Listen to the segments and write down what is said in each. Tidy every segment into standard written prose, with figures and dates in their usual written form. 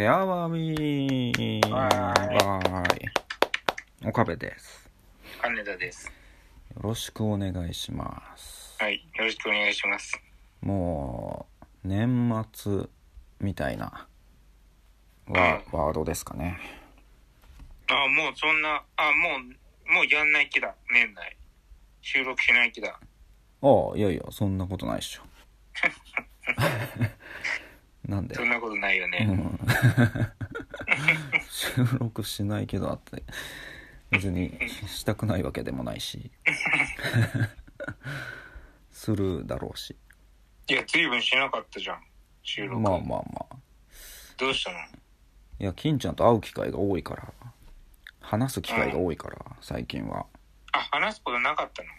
やわみーわーい。岡部です。 金田です。 よろしくお願いします。 はい、よろしくお願いします。 もう年末みたいなワードですかね。 もうそんな、もうやんない気だ。年内収録しない気だ。 いやいや、そんなことないっしょ。なんでそんなことないよね。 収録しないけどあって別にしたくないわけでもないしするだろうし。 いや、随分しなかったじゃん、収録。 まあどうしたの？ いや、金ちゃんと会う機会が多いから、話す機会が多いから、最近は。 話すことなかったの？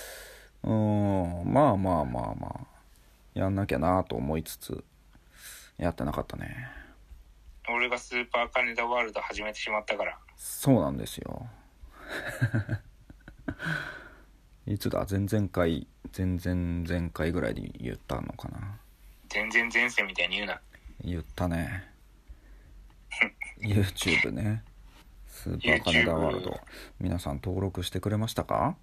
まあやんなきゃなと思いつつやってなかったね。 俺がスーパー金田ワールド始めてしまったから。 そうなんですよいつだ、前々回ぐらいで言ったのかな。 全然前世みたいに言うな。 言ったねYouTube ね、スーパー金田ワールド、皆さん登録してくれましたか？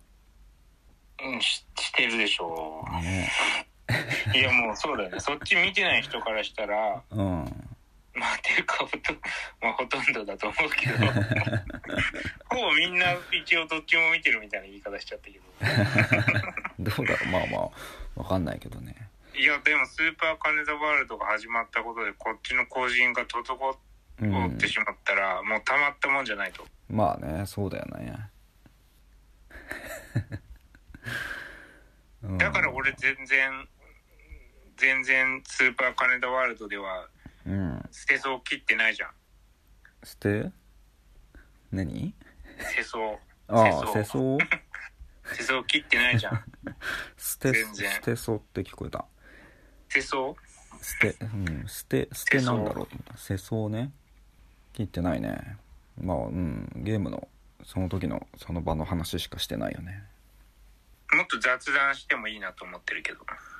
してるでしょうね。 いや、もうそうだよね。そっち見てない人からしたらていうかほとんどだと思うけどほぼみんな一応どっちも見てるみたいな言い方しちゃったけどどうだろう、まあわかんないけどね。 いや、でもスーパー金田ワールドが始まったことでこっちの個人が滞ってしまったら、もうたまったもんじゃないと。 まあね、そうだよねだから俺全然スーパー金田ワールドでは捨てそう切ってないじゃん。 捨て何？ 世相世相世相切ってないじゃん捨てそうって聞こえた。 世相捨てなんだろう。世相ね、切ってないね。ゲームのその時のその場の話しかしてないよね。 もっと雑談してもいいなと思ってるけど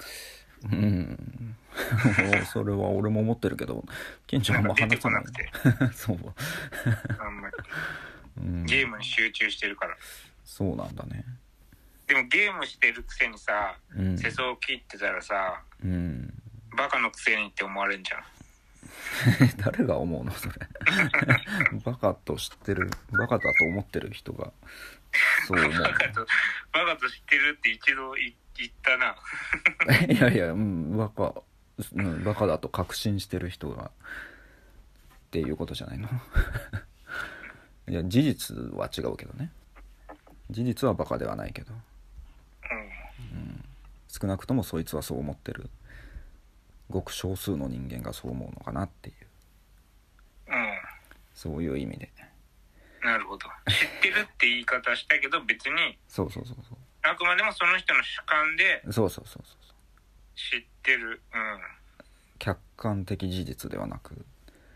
それは俺も思ってるけど、金ちゃんあんま話さない。 出てこなくてそうあんまりゲームに集中してるから。 そうなんだね。 でもゲームしてるくせにさ、世相を切ってたらさ、バカのくせにって思われんじゃん誰が思うのそれバカだと思ってる人がそう思うバカと知ってるって一度言ったないや、バカだと確信してる人がっていうことじゃないのいや、事実は違うけどね。事実はバカではないけど、少なくともそいつはそう思ってるごく少数の人間がそう思うのかなっていう、そういう意味で。 なるほど。知ってるって言い方したけど別にそうあくまでもその人の主観でそう知ってる。 客観的事実ではなく、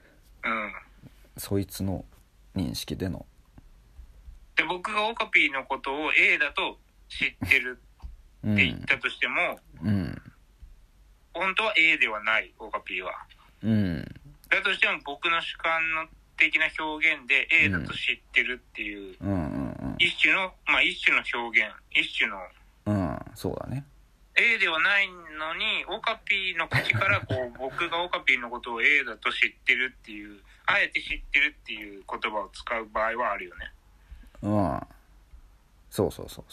そいつの認識での。 で、僕がオカピーのことを A だと知ってるって言ったとしても、本当は A ではないオカピーは。だとしても僕の主観の的な表現で A だと知ってるっていう、一種の表現、一種の、 そうだね。 A ではないのにオカピーの口から僕がオカピーのことを A だと知ってるっていう、あえて知ってるっていう言葉を使う場合はあるよね。 そう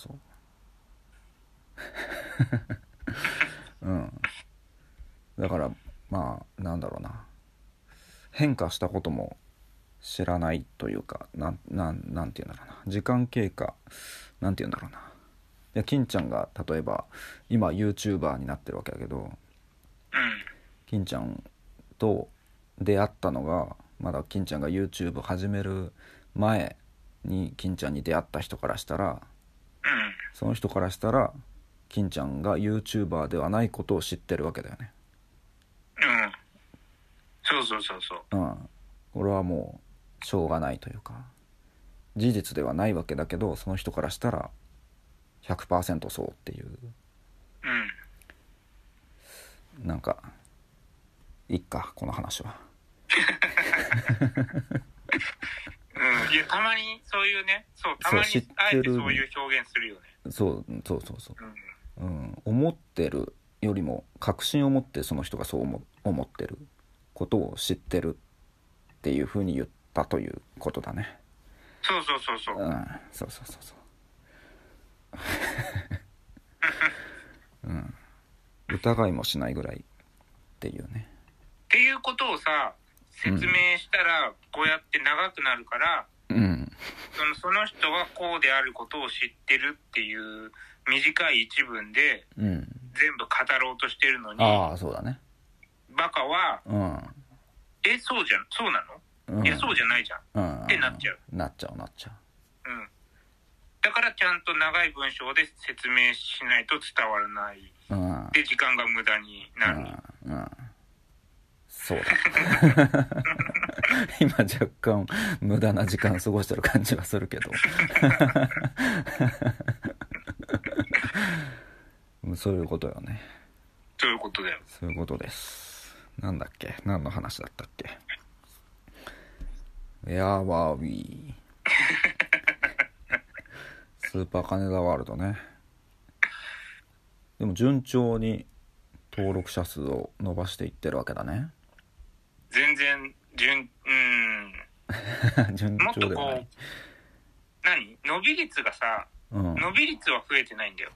だからなんだろうな、変化したことも知らないというか、なんていうんだろうな、時間経過、なんていうんだろうな。いや、金ちゃんが例えば今 YouTuber になってるわけだけど、金ちゃんと出会ったのがまだ金ちゃんが YouTube 始める前に金ちゃんに出会った人からしたら、その人からしたら金ちゃんが YouTuber ではないことを知ってるわけだよね。 そうこれはもうしょうがないというか、事実ではないわけだけど、その人からしたら 100% そうっていう、なんかいっか、この話はいやたまにそういうね、そうたまにあえてそういう表現するよね。 そう、思ってるよりも確信を持ってその人がそう思ってることを知ってるっていうふうに言ったということだね。 そう、 そう疑いもしないぐらいっていうね。 っていうことをさ説明したらこうやって長くなるから、その人はこうであることを知ってるっていう短い一文で全部語ろうとしてるのに、 そうだね。 バカは、そうなの、いやそうじゃないじゃん、ってなっちゃう。だからちゃんと長い文章で説明しないと伝わらない、で時間が無駄になる。 そうだ今若干無駄な時間過ごしてる感じはするけどそういうことよね。 そういうことだよ。 そういうことです。なんだっけ、何の話だったっけ。ウェアワーウィースーパー金田ワールドね。でも順調に登録者数を伸ばしていってるわけだね。 全然順調ではない。もっとこう伸び率がさ、伸び率は増えてないんだよ。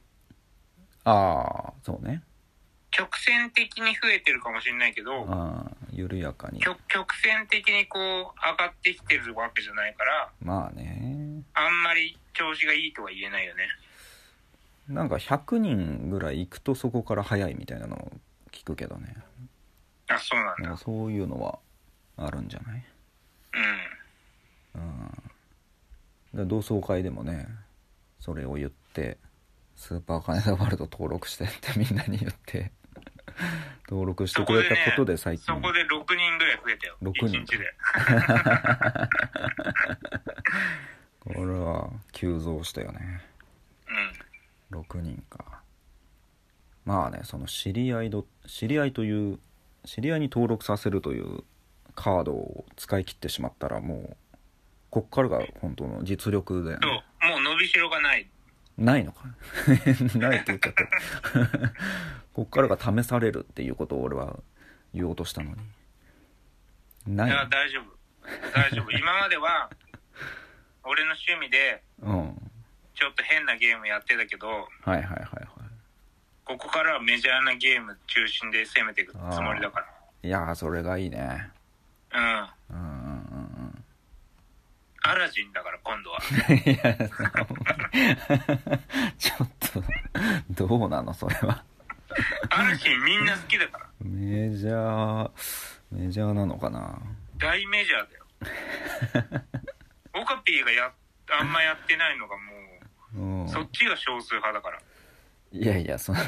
そうね。 曲線的に増えてるかもしれないけど、 緩やかに曲線的にこう上がってきてるわけじゃないから、 まあね、 あんまり調子がいいとは言えないよね。 なんか100人ぐらい行くとそこから早いみたいなのを聞くけどね。 そうなんだ。 そういうのはあるんじゃない？で同窓会でもね、それを言ってスーパー金田ワールド登録してってみんなに言って登録してくれたことで最近そこで6人ぐらい増えたよ。 6人 1日でこれは急増したよね。6人か。まあね、その知り合いに登録させるというカードを使い切ってしまったら、もうこっからが本当の実力だよね。 もう伸びしろがないのかないって言っちゃったこっからが試されるっていうことを俺は言おうとしたのにない。 いや大丈夫今までは俺の趣味でちょっと変なゲームやってたけど、ここからはメジャーなゲーム中心で攻めていくつもりだから。 いやそれがいいね。 アラジンだから今度は。 いやちょっとどうなのそれは。 アラジンみんな好きだから。 メジャーなのかな。 大メジャーだよオカピーがあんまやってないのがもう、そっちが少数派だから。 いやその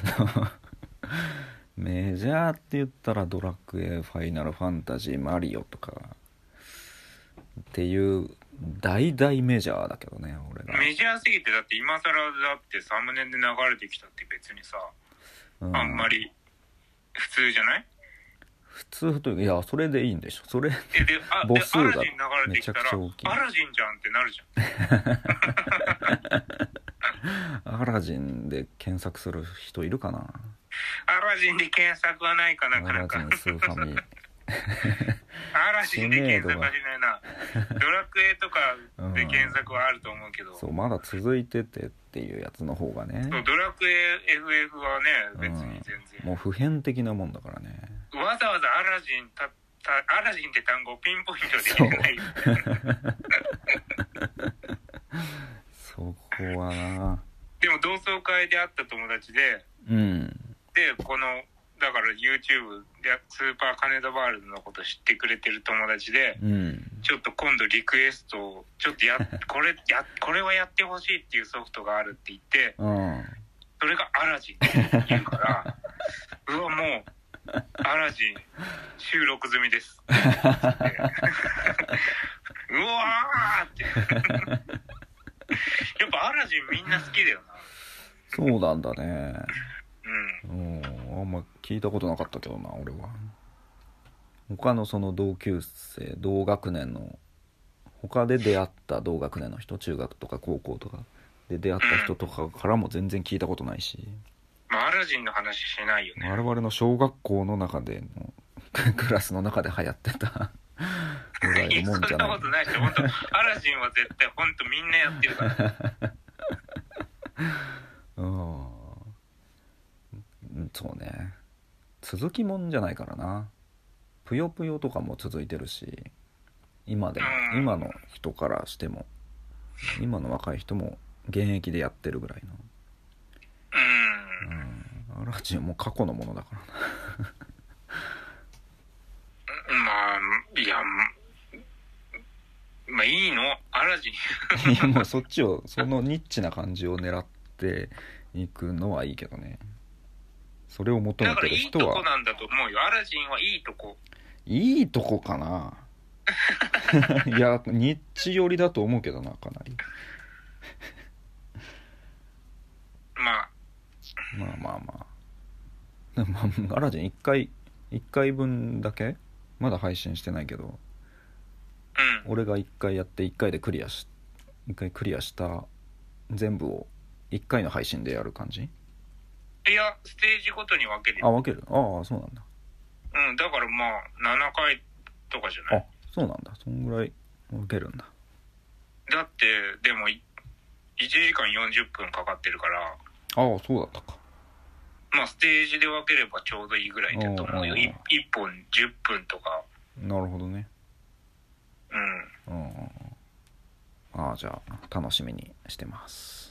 メジャーって言ったらドラクエ、ファイナルファンタジー、マリオとかっていう大メジャーだけどね。俺がメジャーすぎて、だって今更だってサムネで流れてきたって別にさ、あんまり普通じゃない？ 普通というか、いやそれでいいんでしょ。それ母数がめちゃくちゃ大きい。 アラジンじゃんってなるじゃんアラジンで検索する人いるかな。 アラジンで検索はないかな。 アラジンスーファミアラジンで検索はしないな。ドラクエとかで検索はあると思うけど、 そうまだ続いててっていうやつの方がね。 そうドラクエ FF はね別に全然、 もう普遍的なもんだからね。 わざわざアラジンって単語をピンポイントで言えないそこはな。 でも同窓会で会った友達で、でこのだから YouTube でスーパー金田ワールドのこと知ってくれてる友達で、ちょっと今度リクエストをちょっとこれはやってほしいっていうソフトがあるって言って、それがアラジンって言うからうわもうアラジン収録済みですうわーってやっぱアラジンみんな好きだよな。 そうなんだね。あんま聞いたことなかったけどな俺は。 他のその同級生同学年の他で出会った同学年の人、中学とか高校とかで出会った人とかからも全然聞いたことないし、 まあアラジンの話しないよね。 我々の小学校の中でのクラスの中で流行ってたぐらいのもんじゃない。 そんなことないし、本当アラジンは絶対本当みんなやってるからそうね、続きもんじゃないからな。ぷよぷよとかも続いてるし、今でも、今の人からしても、今の若い人も現役でやってるぐらいの。アラジンも過去のものだからなまあいや、まあいいのアラジンいやもうそっちを、そのニッチな感じを狙っていくのはいいけどね。それを求めてる人は。 だからいいとこなんだと思うよ。アラジンはいいとこ。 いいとこかないやニッチ寄りだと思うけどな、かなりまあアラジン1回分だけまだ配信してないけど、俺が1回やって1回クリアした全部を1回の配信でやる感じ。 いやステージごとに分ける。 分ける。ああそうなんだ。 だからまあ7回とかじゃない。 そうなんだ。そんぐらい分けるんだ。 だってでも1時間40分かかってるから。 そうだったか。 まあステージで分ければちょうどいいぐらいだと思うよ。1本10分とか。 なるほどね。じゃあ楽しみにしてます。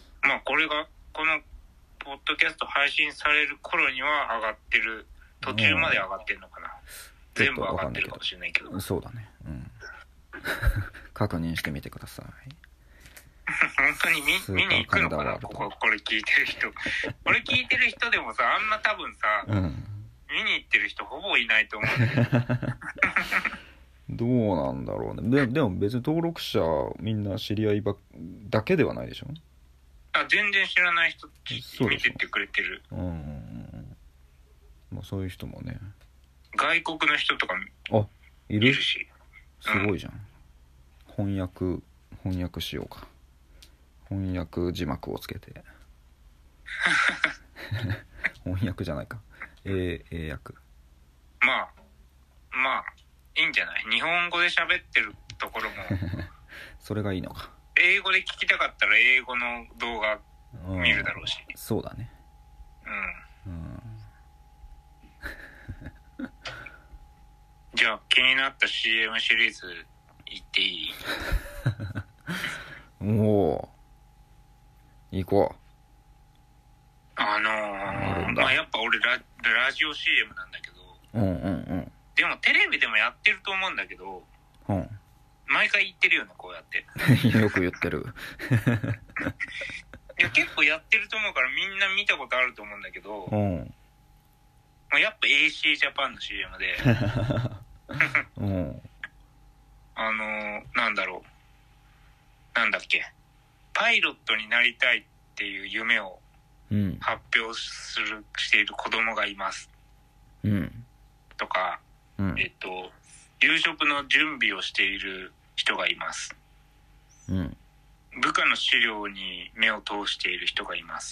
まあこのポッドキャスト配信される頃には上がってる、途中まで上がってるのかな。全部上がってるかもしれないけど。 そうだね。確認してみてください。 本当に見に行くのかな、これ聞いてる人。これ聞いてる人でもさ、あんな多分さ、見に行ってる人ほぼいないと思うんだけど。 どうなんだろうね。でも別に登録者みんな知り合いだけではないでしょ。 全然知らない人見ててくれてる。 まあそういう人もね。 外国の人とかいるし。 すごいじゃん。翻訳しようか。翻訳字幕をつけて翻訳じゃないか、英訳。 まあいいんじゃない。日本語で喋ってるところもそれがいいのか。 英語で聞きたかったら英語の動画見るだろうし。 そうだね。 じゃあ気になった CM シリーズ言っていい？ 行こう。 まあやっぱ俺ラジオ CM なんだけど、でもテレビでもやってると思うんだけど、毎回言ってるよね、こうやってよく言ってるいや結構やってると思うからみんな見たことあると思うんだけど、やっぱ AC ジャパンの CM でなんだっけ、パイロットになりたいっていう夢を発表している子供がいます、とか、夕食の準備をしている人がいます、部下の資料に目を通している人がいます、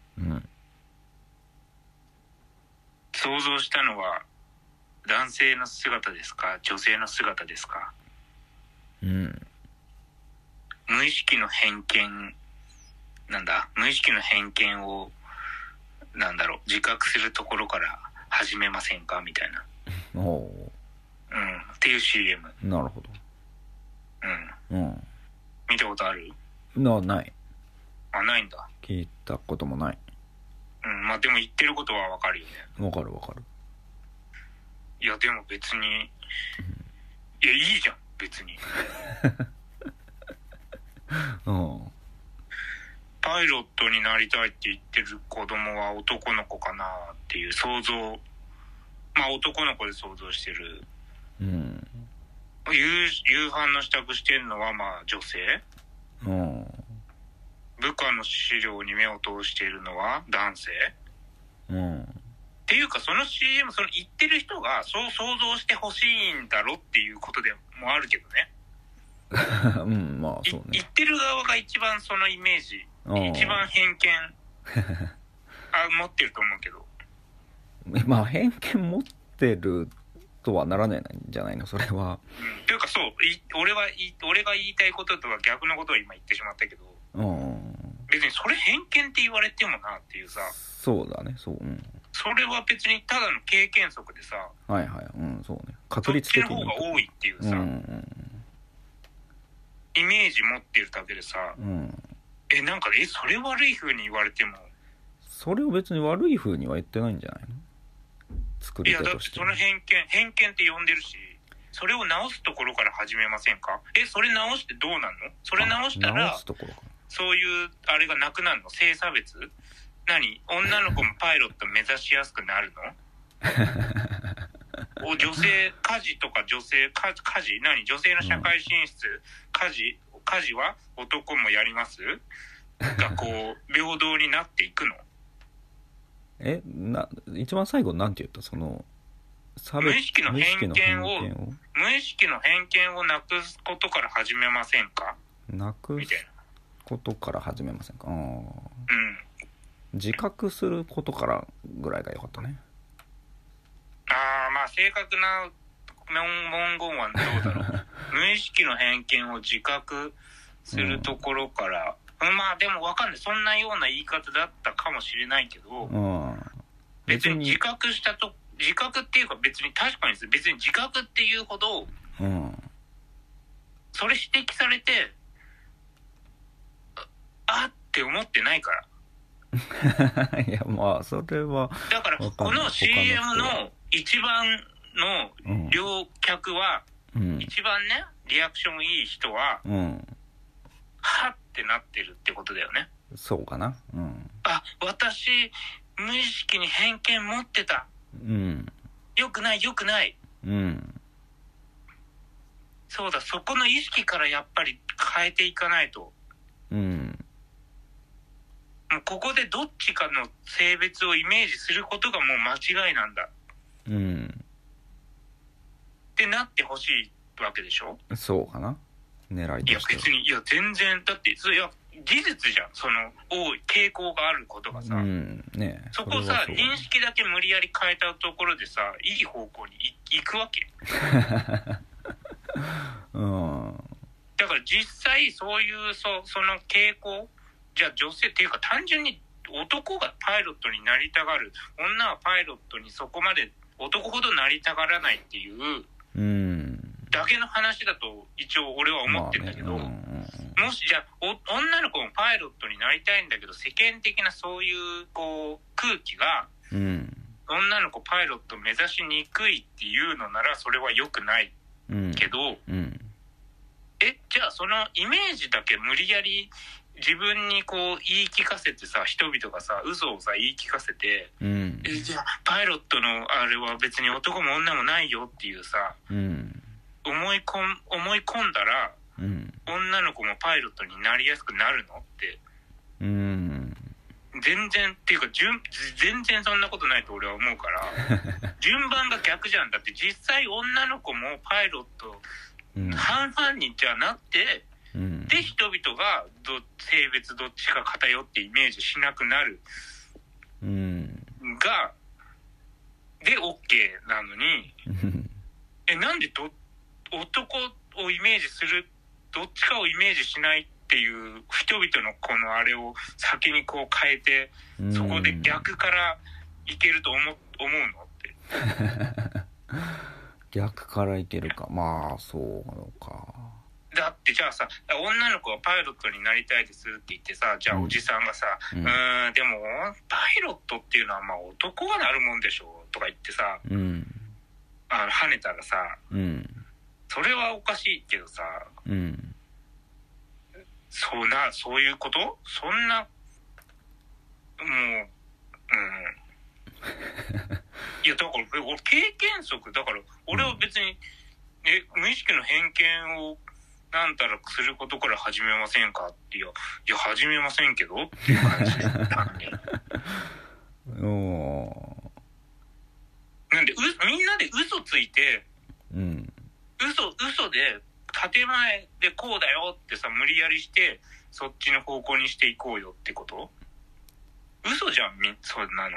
想像したのは男性の姿ですか、女性の姿ですか、無意識の偏見を自覚するところから始めませんかみたいな。っていう CM。 なるほど。 見たことある？ ない。 ないんだ。 聞いたこともない。 まあでも言ってることはわかるよね。 わかる。 いやでも別に、いやいいじゃん別に。パイロットになりたいって言ってる子供は男の子かなっていう想像、まあ男の子で想像してる。夕飯の支度してるのはまあ女性。部下の資料に目を通しているのは男性。ってっていうかその CM その言ってる人がそう想像してほしいんだろっていうことでもあるけどね。 うんまあそうね。 言ってる側が一番そのイメージ一番偏見持ってると思うけど。 まあ偏見持ってるとはならないんじゃないのそれは。 というかそう俺が言いたいこととは逆のことを今言ってしまったけど、別にそれ偏見って言われてもなっていうさ。 そうだねそう、 それは別にただの経験則でさ、 はいはいそうね確率的にそっちの方が多いっていうさ、イメージ持ってるだけでさ、なんかそれ悪い風に言われてもそれを別に悪い風には言ってないんじゃないの作り手として。 いやだってその偏見って呼んでるし、それを直すところから始めませんか。それ直してどうなんの。それ直したらそういうあれがなくなるの。性差別女の子もパイロット目指しやすくなるの女性家事とか女性家事女性の社会進出、家事は男もやりますがこう平等になっていくの。 一番最後なんて言ったその無意識の偏見をなくすことから始めませんか。 なくすことから始めませんか。自覚することからぐらいが良かったね。 まあ正確な文言はどうだろう無意識の偏見を自覚するところから、まあでも分かんない。そんなような言い方だったかもしれないけど、別に自覚っていうか別に確かに別に自覚っていうほど、それ指摘されてって思ってないから。 いやまあそれはだからこの CM の一番の両客は、一番ねリアクションいい人は、はってなってるってことだよね。 そうかな。 私無意識に偏見持ってた。よくない。そうだ、そこの意識からやっぱり変えていかないと。もうここでどっちかの性別をイメージすることがもう間違いなんだ。ってなってほしいわけでしょ。 そうかな。狙いとしては。 別に全然だって事実じゃん。その多い傾向があることがさ。そこさ認識だけ無理やり変えたところでさいい方向に行くわけ。だから実際そういうその傾向じゃあ女性っていうか単純に男がパイロットになりたがる、女はパイロットにそこまで男ほどなりたがらないっていうだけの話だと一応俺は思ってるんだけど、もしじゃあ女の子もパイロットになりたいんだけど世間的なそういうこう空気が、女の子パイロット目指しにくいっていうのならそれは良くないけど、じゃあそのイメージだけ無理やり自分にこう言い聞かせてさ、人々がさ嘘をさ言い聞かせて、じゃあパイロットのあれは別に男も女もないよっていうさ、思い込んだら、女の子もパイロットになりやすくなるのって、全然っていうか全然そんなことないと俺は思うから順番が逆じゃん。だって実際女の子もパイロット、半々にじゃなって、で人々が性別どっちか偏ってイメージしなくなるがで OK なのになんで男をイメージするどっちかをイメージしないっていう人々のこのあれを先にこう変えて、そこで逆からいけると思うのって逆からいけるか。まあそうか。 だってじゃあさ、女の子がパイロットになりたいですって言ってさ、じゃあおじさんがさ、でもパイロットっていうのはまあ男がなるもんでしょとか言ってさ、跳ねたらさ、それはおかしいけどさ、そういうこと？そんなもういやだから俺経験則だから俺は別に、無意識の偏見をなんたらすることから始めませんかって、いや始めませんけどっていう感じでなんでみんなで嘘ついて、 うん、 嘘で建前でこうだよってさ、無理やりしてそっちの方向にしていこうよってこと？嘘じゃん、そんな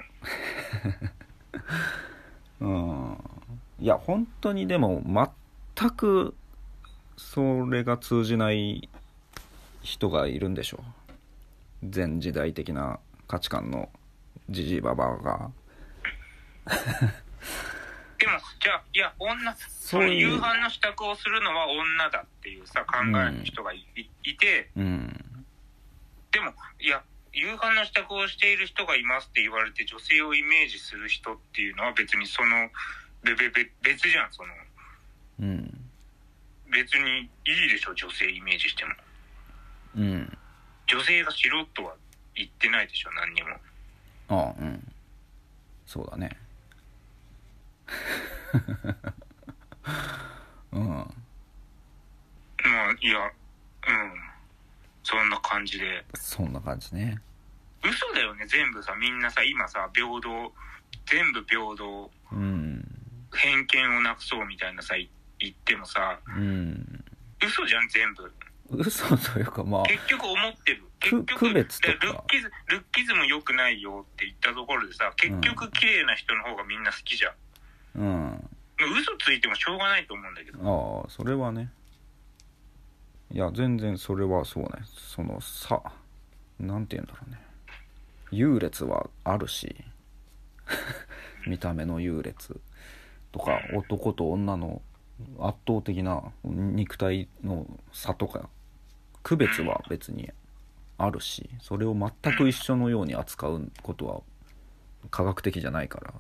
の。いや本当にでも全くそれが通じない人がいるんでしょう。前時代的な価値観のジジイババアがでもじゃあ、いやその夕飯の支度をするのは女だっていうさ考えの人がいて、 うん、 でもいや夕飯の支度をしている人がいますって言われて女性をイメージする人っていうのは別にその別じゃん、その、 うん、 別にいいでしょ女性イメージしても、 うん、 女性がしろとは言ってないでしょ何にも。 ああ、うん、そうだねうん、まあいや、そんな感じで。 そんな感じね。 嘘だよね全部さ、みんなさ今さ平等、全部平等、 うん、 偏見をなくそうみたいなさ言ってもさ、 うん、 嘘じゃん全部。 嘘というかまあ結局思ってる、結局区別とかルッキズム良くないよって言ったところでさ、結局綺麗な人の方がみんな好きじゃん。 うん、 嘘ついてもしょうがないと思うんだけど。 ああそれはね、いや全然それはそうね、そのさなんて言うんだろうね、優劣はあるし見た目の優劣とか男と女の圧倒的な肉体の差とか区別は別にあるし、それを全く一緒のように扱うことは科学的じゃないから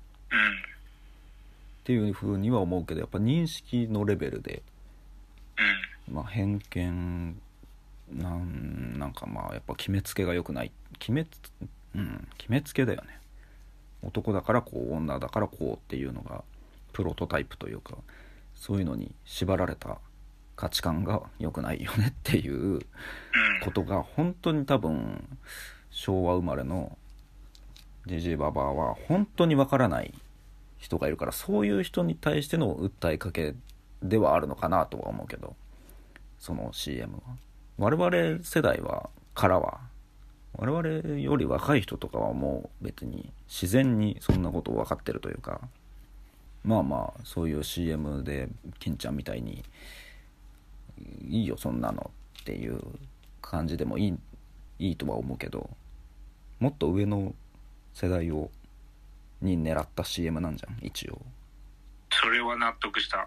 っていうふうには思うけど、やっぱ認識のレベルでまあ偏見なんかまあやっぱ決めつけが良くない、決めつけだよね。男だからこう女だからこうっていうのがプロトタイプというか、そういうのに縛られた価値観が良くないよねっていうことが本当に多分昭和生まれのジジイババアは本当にわからない人がいるから、そういう人に対しての訴えかけではあるのかなとは思うけど、その CM は我々世代からは我々より若い人とかはもう別に自然にそんなことを分かってるというか、まあまあそういう CM で金ちゃんみたいにいいよそんなのっていう感じでもいいとは思うけど、もっと上の世代に狙った CM なんじゃん一応。 それは納得した。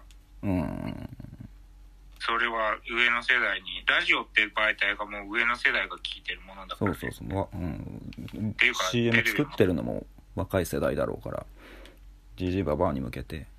それは上の世代に、ラジオって媒体がもう上の世代が聞いてるものだから、ね、 そうっていうか CM 作ってるのも若い世代だろうから、ジジイババアに向けて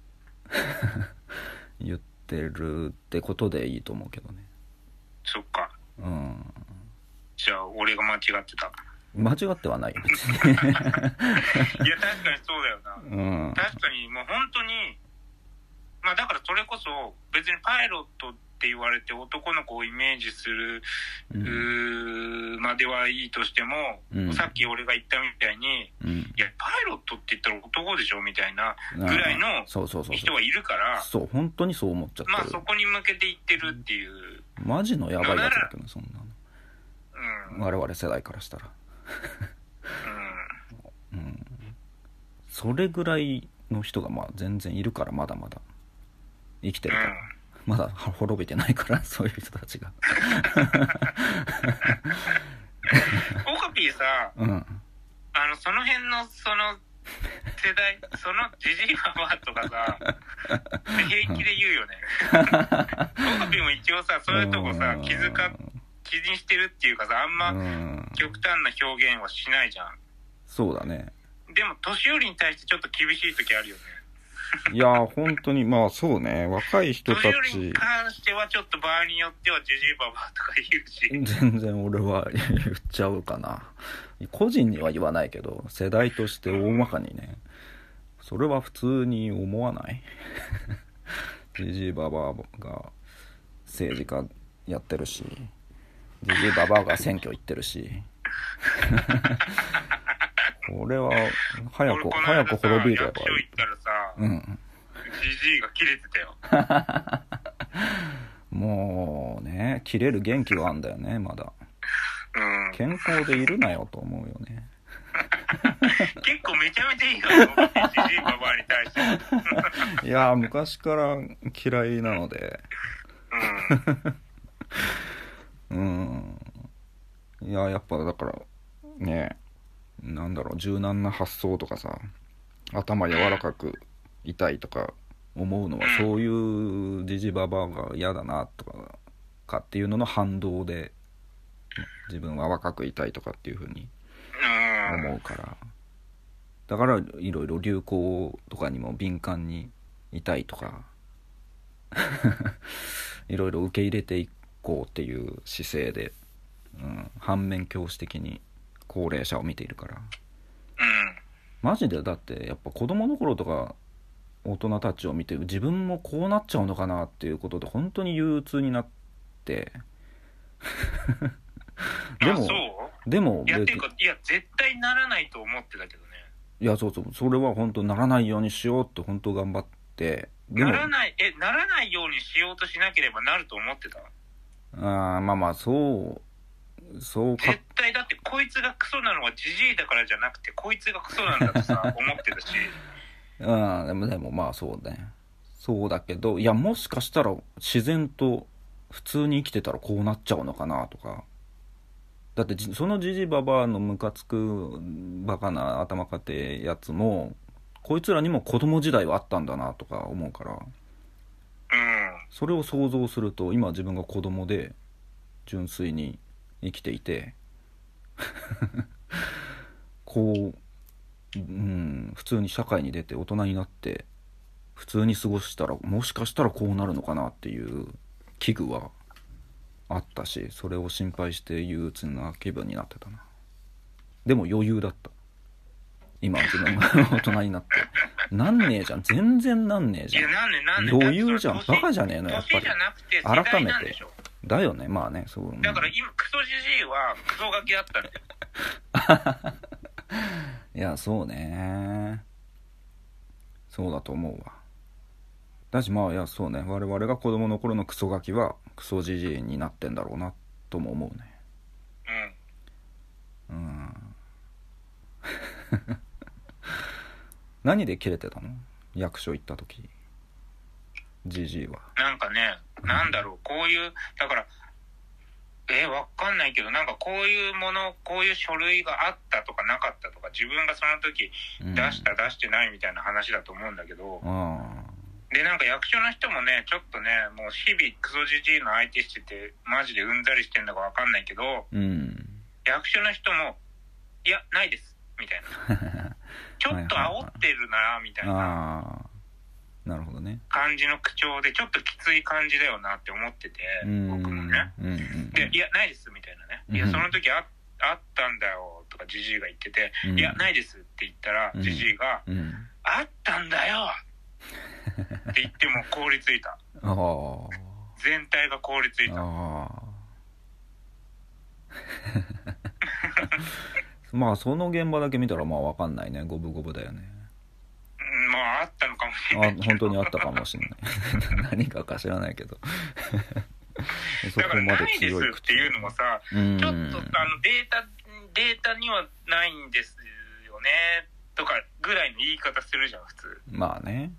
言ってるってことでいいと思うけどね。 そっか。じゃあ俺が間違ってた。 間違ってはないよ別にいや確かにそうだよな、確かにもう本当に、まあだからそれこそ別にパイロットって言われて男の子をイメージする、まではいいとしても、さっき俺が言ったみたいに、いやパイロットって言ったら男でしょみたいなぐらいの人はいるから、 そう本当にそう思っちゃってる。 まあそこに向けて言ってるっていう、 マジのやばいやつだけどそんなの、我々世代からしたらそれぐらいの人がまあ全然いるから、まだまだ生きてるから、まだ滅びてないからそういう人たちがオカピーさ、その辺のその世代、そのジジイババアとかさ平気で言うよねオカピーも一応さそういうとこさ気にしてるっていうかさ、あんま極端な表現はしないじゃん。 そうだね。 でも年寄りに対してちょっと厳しい時あるよねいや本当にまあそうね、若い人たち年寄りに関してはちょっと場合によってはジジイババアとか言うし、 全然俺は言っちゃうかな。個人には言わないけど世代として大まかにね、それは普通に思わないジジイババアが政治家やってるし、ジジイババアが選挙行ってるしこれは早く滅びればいい。 役所行ったじじいが切れてたよ。 もうね、切れる元気はあんだよね、まだ。健康でいるなよと思うよね。 結構めちゃめちゃいいから、じじいばばあに対して。 いや昔から嫌いなので。いややっぱだからね、なんだろう、柔軟な発想とかさ、頭柔らかくいたいとか思うのは、そういうじじばばあが嫌だなとかっていうのの反動で、自分は若くいたいとかっていう風に思うから、だからいろいろ流行とかにも敏感にいたいとかいろいろ受け入れていこうっていう姿勢で、反面教師的に高齢者を見ているから、マジでだってやっぱ子供の頃とか大人たちを見て、自分もこうなっちゃうのかなっていうことで本当に憂鬱になってでもいやっていうか、いや絶対ならないと思ってたけどね。 いやそうそれは本当ならないようにしようって本当頑張って、 ならないようにしようとしなければなると思ってた。 まあそう絶対だってこいつがクソなのはジジイだからじゃなくて、こいつがクソなんだとさ思ってたし。 でもまあそうね、そうだけど、いやもしかしたら自然と普通に生きてたらこうなっちゃうのかなとか。だってそのジジババアのムカつくバカな頭かてやつも、こいつらにも子供時代はあったんだなとか思うから、それを想像すると、今自分が子供で純粋に生きていてこう、普通に社会に出て大人になって普通に過ごしたら、もしかしたらこうなるのかなっていう危惧はあったし、それを心配して憂鬱な気分になってたな。でも余裕だった。今自分が大人になってなんねえじゃん、全然なんねえじゃん。余裕じゃん、バカじゃねえのやっぱり。改めてだよね、まあね、そう。 だから今クソジジイはクソガキだったんだよ。 いやそうね、そうだと思うわ。だしまあいやそうね、我々が子供の頃のクソガキはクソジジイになってんだろうなとも思うね。何でキレてたの？役所行った時ジジイは。 なんかね、なんだろう、こういうだからわかんないけど、なんかこういうもの、こういう書類があったとかなかったとか、自分がその時出した、出してないみたいな話だと思うんだけど、でなんか役所の人もね、ちょっとね、もう日々クソジジイの相手しててマジでうんざりしてんだかわかんないけど、役所の人もいやないですみたいなちょっと煽ってるなみたいな。 なるほどね。 感じの口調でちょっときつい感じだよなって思ってて、僕もね、でいやないですみたいなね、いやその時あったんだよとかジジイが言ってて、いやないですって言ったらジジイが、あったんだよって言っても凍りついた。全体が凍りついた。 まあその現場だけ見たらまあ分かんないね、五分五分だよね。 まああったのかもしれないけど。 本当にあったかもしれない何か知らないけどそこまで強い口っていうのもさ、ちょっとデータにはないんですよねとかぐらいの言い方するじゃん普通。 まあね。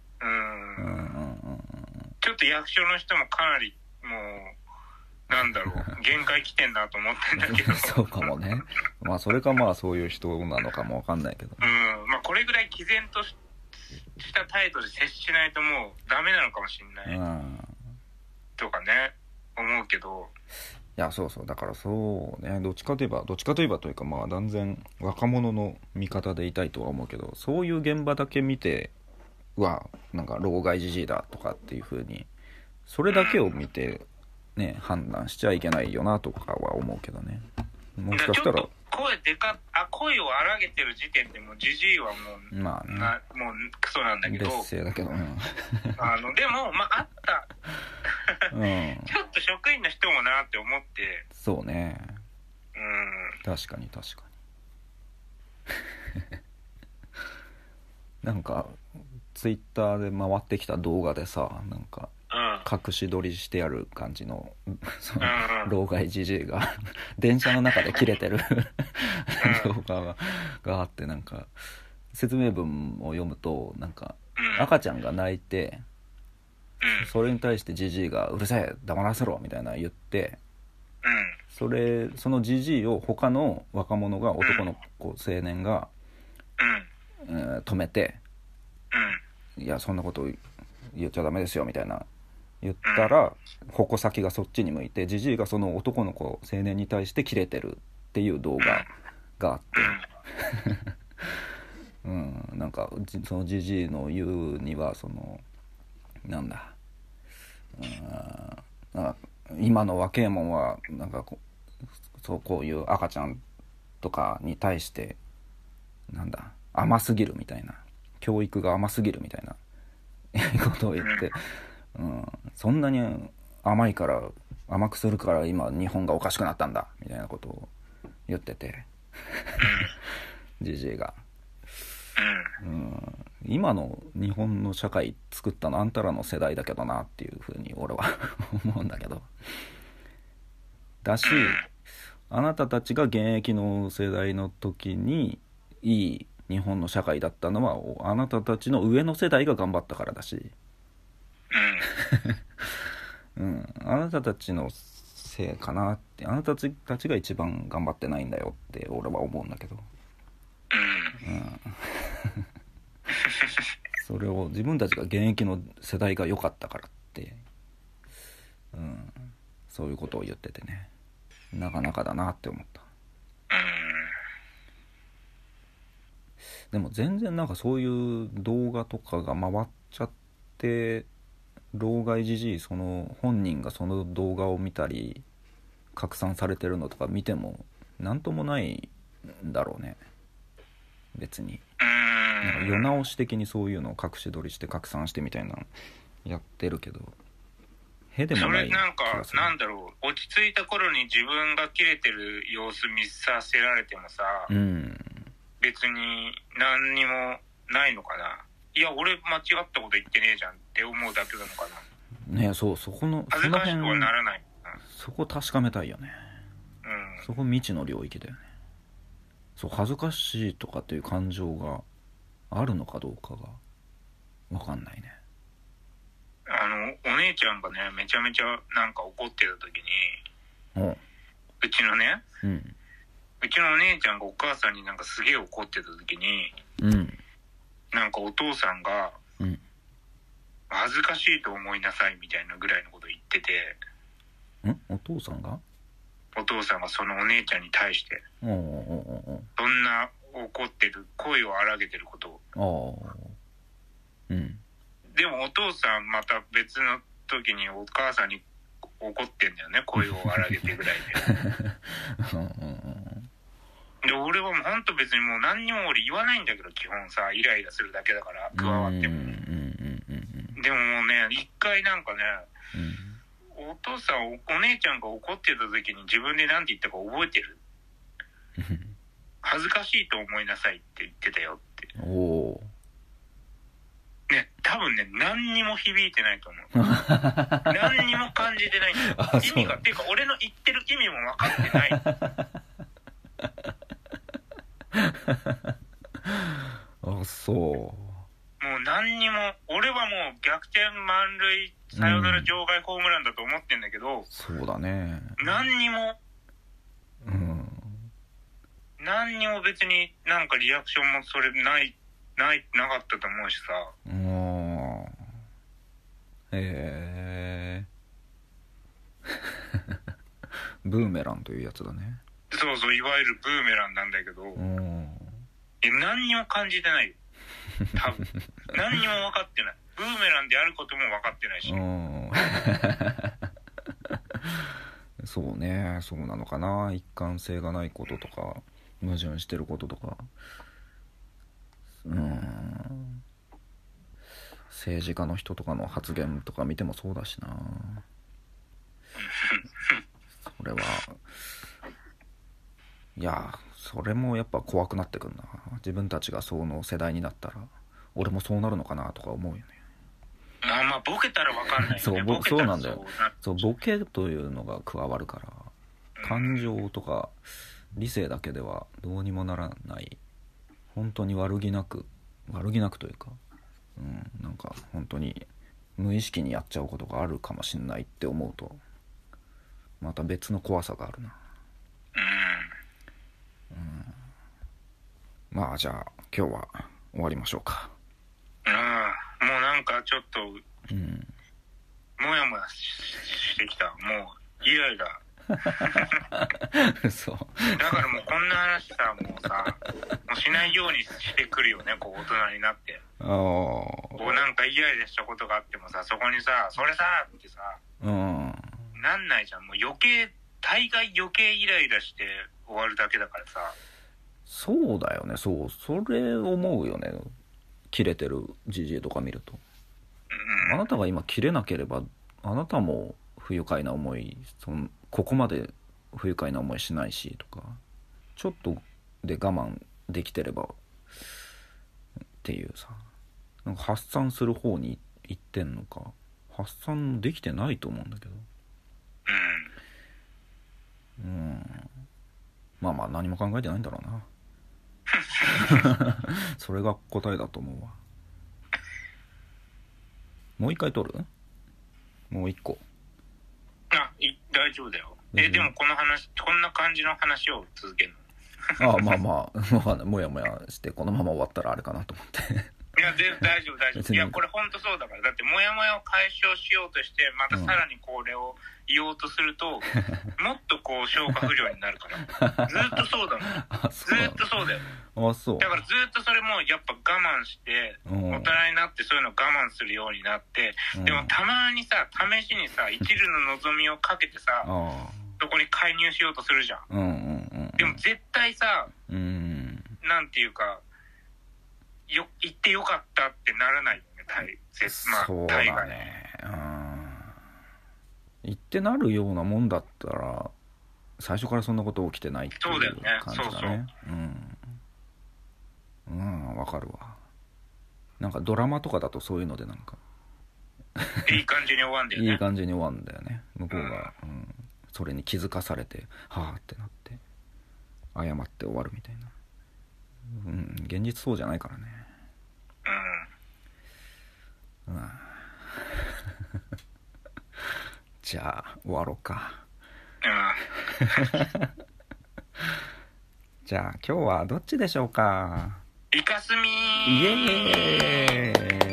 ちょっと役所の人もかなりもうなんだろう限界来てんなと思ってんだけどそうかもね。まあそれかまあそういう人なのかもわかんないけど、 まあこれぐらい毅然とした態度で接しないともうダメなのかもしれないとかね思うけど。 いやそうだからそうね、どっちかといえばというか、まあ断然若者の味方でいたいとは思うけど、そういう現場だけ見てなんか老害じじいだとかっていう風にそれだけを見てね判断しちゃいけないよなとかは思うけどね。もしかしたら声を荒げてる時点でもうジジイはもうまあね、 もうクソなんだけど、 劣勢だけど、でもまああったちょっと職員の人もなって思って。 そうね、確かになんかツイッターで回ってきた動画でさ、なんか隠し撮りしてある感じのその老害じじいが電車の中で切れてる動画があって、なんか説明文を読むと、なんか赤ちゃんが泣いて、それに対してじじいがうるせえ黙らせろみたいな言って、そのじじいを他の若者が、男の子青年が、止めて、いやそんなこと言っちゃダメですよみたいな言ったら、矛先がそっちに向いて、じじいがその男の子青年に対してキレてるっていう動画があってなんかそのじじいの言うには、そのなんだ、今の若えもんはなんかこういう赤ちゃんとかに対してなんだ甘すぎるみたいな、教育が甘すぎるみたいなことを言って、そんなに甘くするから今日本がおかしくなったんだみたいなことを言っててじじいが、今の日本の社会作ったのあんたらの世代だけどなっていうふうに俺は思うんだけど、だし、あなたたちが現役の世代の時にいい日本の社会だったのはあなたたちの上の世代が頑張ったからだしあなたたちのせいかなって、あなたたちが一番頑張ってないんだよって俺は思うんだけど、それを自分たちが現役の世代が良かったからって、そういうことを言っててね、なかなかだなって思った。でも全然なんかそういう動画とかが回っちゃって、老害じじいその本人がその動画を見たり拡散されてるのとか見てもなんともないんだろうね、別に。なんか世直し的にそういうのを隠し撮りして拡散してみたいなのやってるけど、へでもない気がする。 それなんかなんだろう、落ち着いた頃に自分がキレてる様子見させられてもさ、別に何にもないのかな。いや俺間違ったこと言ってねえじゃんって思うだけなのかな。 ねえ、そこの恥ずかしくはならない。 そこ確かめたいよね。そこ未知の領域だよね。そう恥ずかしいとかっていう感情があるのかどうかが分かんないね。 お姉ちゃんがねめちゃめちゃなんか怒ってた時に、うちのね、うちのお姉ちゃんがお母さんになんかすげえ怒ってた時に、なんかお父さんが、恥ずかしいと思いなさいみたいなぐらいのこと言ってて、 お父さんがそのお姉ちゃんに対してそんな怒ってる声を荒げてることを、でもお父さんまた別の時にお母さんに怒ってんだよね、声を荒げてぐらいでで俺はもうほんと別にもう何にも俺言わないんだけど、基本さイライラするだけだから加わっても、でももうね一回なんかね、お父さんお姉ちゃんが怒ってた時に自分で何て言ったか覚えてる？恥ずかしいと思いなさいって言ってたよって。ね、多分ね何にも響いてないと思う何にも感じてないんだよ意味がっていうか俺の言ってる意味も分かってないそうもう何にも、俺はもう逆転満塁サヨナラ場外ホームランだと思ってんだけど、 そうだね、 何にも、何にも別になんかリアクションもそれなかったと思うしさ。 ブーメランというやつだね。 そうそう、いわゆるブーメランなんだけど、何にも感じてないよ多分何にも分かってない。ブーメランであることも分かってないしそうね、そうなのかな。一貫性がないこととか矛盾してることとか、政治家の人とかの発言とか見てもそうだしな。それはいや、それもやっぱ怖くなってくるな。自分たちがその世代になったら俺もそうなるのかなとか思うよね。 まあボケたら分かんないよね。 そうなんだよ。そうボケというのが加わるから、感情とか理性だけではどうにもならない、本当に悪気なくというか、なんか本当に無意識にやっちゃうことがあるかもしれないって思うと、また別の怖さがあるな。まあじゃあ今日は終わりましょうか。 もうなんかちょっと、もやもやしてきた。もうイライラ。 そうだからもうこんな話さ、もうしないようにしてくるよね、こう大人になって。こうなんかイライラしたことがあってもさ、そこにさ、それさってさ、なんないじゃん。もう大概余計イライラして終わるだけだからさ。 そうだよね。それ思うよね。キレてるジジイとか見ると、あなたが今キレなければあなたも不愉快な思い、ここまで不愉快な思いしないしとか、ちょっとで我慢できてればっていうさ、なんか発散する方に行ってんのか、発散できてないと思うんだけど、まあ何も考えてないんだろうな。それが答えだと思うわ。もう一回撮る？もう一個。 大丈夫だよ。でもこんな感じの話を続けるの？まあもやもやしてこのまま終わったらあれかなと思って。 いや大丈夫。いやこれ本当そうだから。だってモヤモヤを解消しようとしてまたさらにこれを言おうとすると、もっとこう消化不良になるから。ずっとそうだもん。ずっとそうだよ。だからずっとそれもやっぱ我慢して大人になってそういうのを我慢するようになって、でもたまにさ試しにさ一縷の望みをかけてさそこに介入しようとするじゃん。でも絶対さ、なんていうか言ってよかったってならないよね。 そうだね。言ってなるようなもんだったら最初からそんなこと起きてないっていう感じだね。わかるわ。なんかドラマとかだとそういうのでなんかいい感じに終わんだよね。 いい感じに終わんだよね。向こうが、それに気づかされてはぁってなって謝って終わるみたいな。現実そうじゃないからね。じゃあ終わろうか。じゃあ今日はどっちでしょうか。 イカスミー。 イエーイ。